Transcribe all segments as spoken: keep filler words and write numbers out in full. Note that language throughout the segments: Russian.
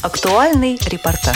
Актуальный репортаж.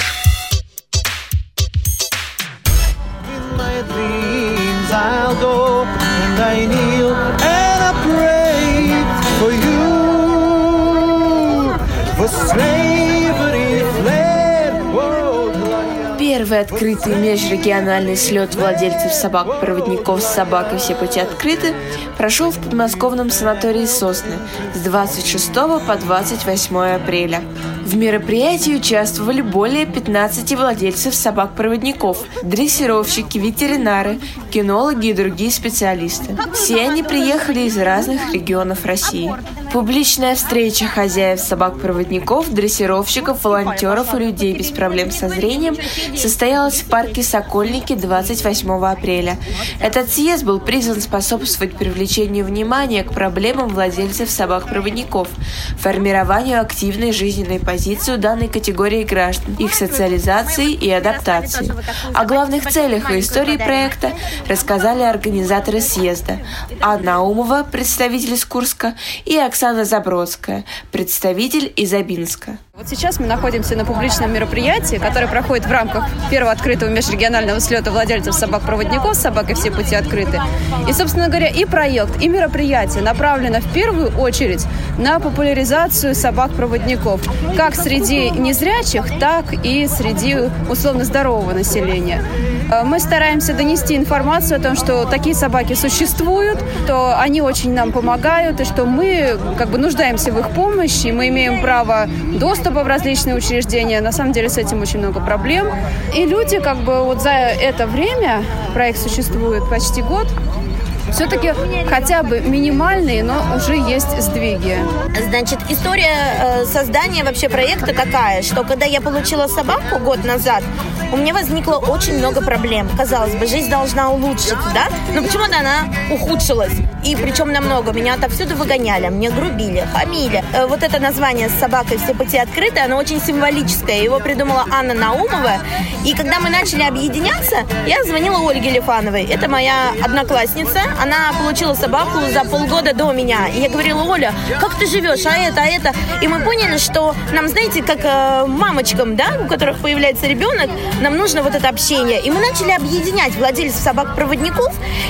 Первый открытый межрегиональный слет владельцев собак-проводников с собакой «Все пути открыты» прошел в подмосковном санатории «Сосны» с двадцать шестого по двадцать восьмое апреля. В мероприятии участвовали более пятнадцати владельцев собак-проводников, дрессировщики, ветеринары, кинологи и другие специалисты. Все они приехали из разных регионов России. Публичная встреча хозяев собак-проводников, дрессировщиков, волонтеров и людей без проблем со зрением состоялась в парке «Сокольники» двадцать восьмого апреля. Этот съезд был призван способствовать привлечению внимания к проблемам владельцев собак-проводников, формированию активной жизненной позиции у данной категории граждан, их социализации и адаптации. О главных целях и истории проекта рассказали организаторы съезда: Анна Аумова, представитель из Курска, и Оксана Забродская, представитель из Абинска. Вот сейчас мы находимся на публичном мероприятии, которое проходит в рамках первого открытого межрегионального слета владельцев собак-проводников «Собак и все пути открыты». И, собственно говоря, и проект, и мероприятие направлено в первую очередь на популяризацию собак-проводников, как среди незрячих, так и среди условно здорового населения. Мы стараемся донести информацию о том, что такие собаки существуют, что они очень нам помогают, и что мы как бы нуждаемся в их помощи, мы имеем право доступа в различные учреждения. На самом деле с этим очень много проблем. И люди как бы вот за это время, проект существует почти год, все-таки хотя бы минимальные, но уже есть сдвиги. Значит, история э, создания вообще проекта такая, что когда я получила собаку год назад, у меня возникло очень много проблем. Казалось бы, жизнь должна улучшиться, да? Но почему-то она ухудшилась. И причем намного. Меня отовсюду выгоняли, мне грубили, хамили. Э, вот это название с собакой «Все пути открыты», оно очень символическое. Его придумала Анна Наумова. И когда мы начали объединяться, я звонила Ольге Лифановой. Это моя одноклассница. Она получила собаку за полгода до меня. И я говорила: Оля, как ты живешь? А это, а это? И мы поняли, что нам, знаете, как э, мамочкам, да, у которых появляется ребенок, нам нужно вот это общение. И мы начали объединять владельцев собак-проводников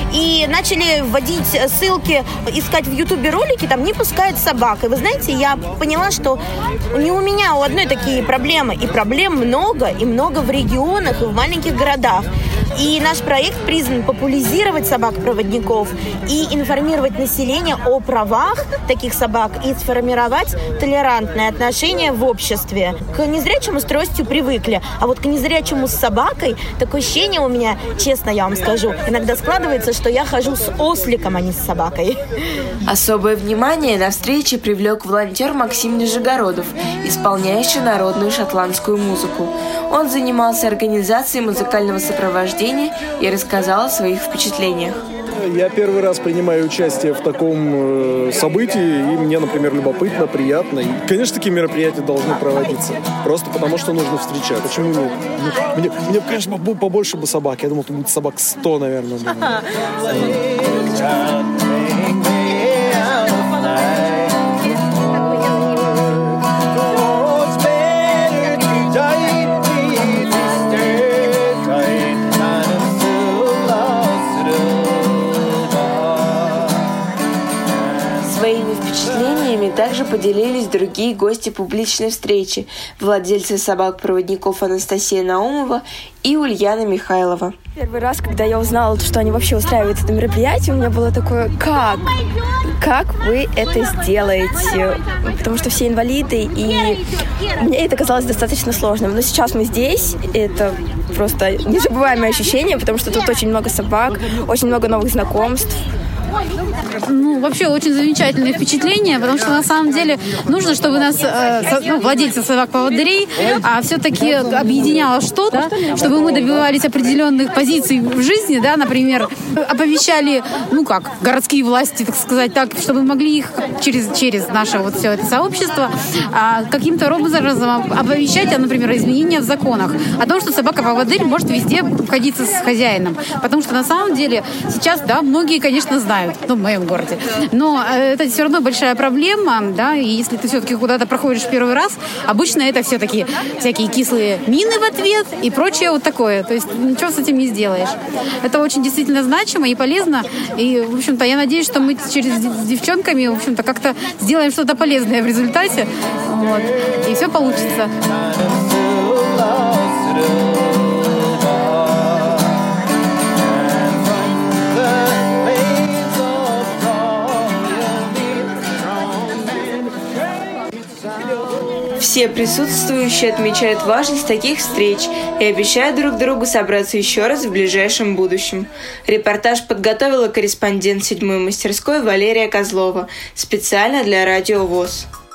и начали вводить ссылки, искать в Ютубе ролики, там не пускают собак. И вы знаете, я поняла, что не у меня, у одной такие проблемы. И проблем много, и много в регионах, и в маленьких городах. И наш проект призван популяризировать собак-проводников и информировать население о правах таких собак и сформировать толерантное отношение в обществе. К незрячему с тростью привыкли, а вот к незрячему с собакой такое ощущение у меня, честно я вам скажу, иногда складывается, что я хожу с осликом, а не с собакой. Особое внимание на встрече привлек волонтер Максим Нижегородов, исполняющий народную шотландскую музыку. Он занимался организацией музыкального сопровождения и рассказал о своих впечатлениях. Я первый раз принимаю участие в таком э, событии, и мне, например, любопытно, приятно. И, конечно, такие мероприятия должны проводиться. Просто потому, что нужно встречать. Почему нет? Мне, мне конечно, побольше бы собак. Я думал, тут будет собак сто, наверное. Своими впечатлениями также поделились другие гости публичной встречи, владельцы собак-проводников Анастасия Наумова и Ульяна Михайлова. Первый раз, когда я узнала, что они вообще устраивают это мероприятие, у меня было такое: как? Как вы это сделаете? Потому что все инвалиды, и мне это казалось достаточно сложным. Но сейчас мы здесь, это просто незабываемое ощущение, потому что тут очень много собак, очень много новых знакомств. Ну, вообще очень замечательное впечатление, потому что на самом деле нужно, чтобы нас, э, ну, владельцы собак-поводырей, а все-таки объединяло что-то, чтобы мы добивались определенных позиций в жизни, да, например, оповещали, ну как, городские власти, так сказать, так, чтобы могли их через, через наше вот все это сообщество а, каким-то образом оповещать, например, изменения в законах, о том, что собака-поводырь может везде обходиться с хозяином, потому что на самом деле сейчас, да, многие, конечно, знают, знаю, ну, в моем городе. Но это все равно большая проблема, да, и если ты все-таки куда-то проходишь первый раз, обычно это все-таки всякие кислые мины в ответ и прочее вот такое. То есть ничего с этим не сделаешь. Это очень действительно значимо и полезно. И, в общем-то, я надеюсь, что мы через с девчонками, в общем-то, как-то сделаем что-то полезное в результате. Вот, и все получится. Все присутствующие отмечают важность таких встреч и обещают друг другу собраться еще раз в ближайшем будущем. Репортаж подготовила корреспондент седьмой мастерской Валерия Козлова специально для Радио ВОС.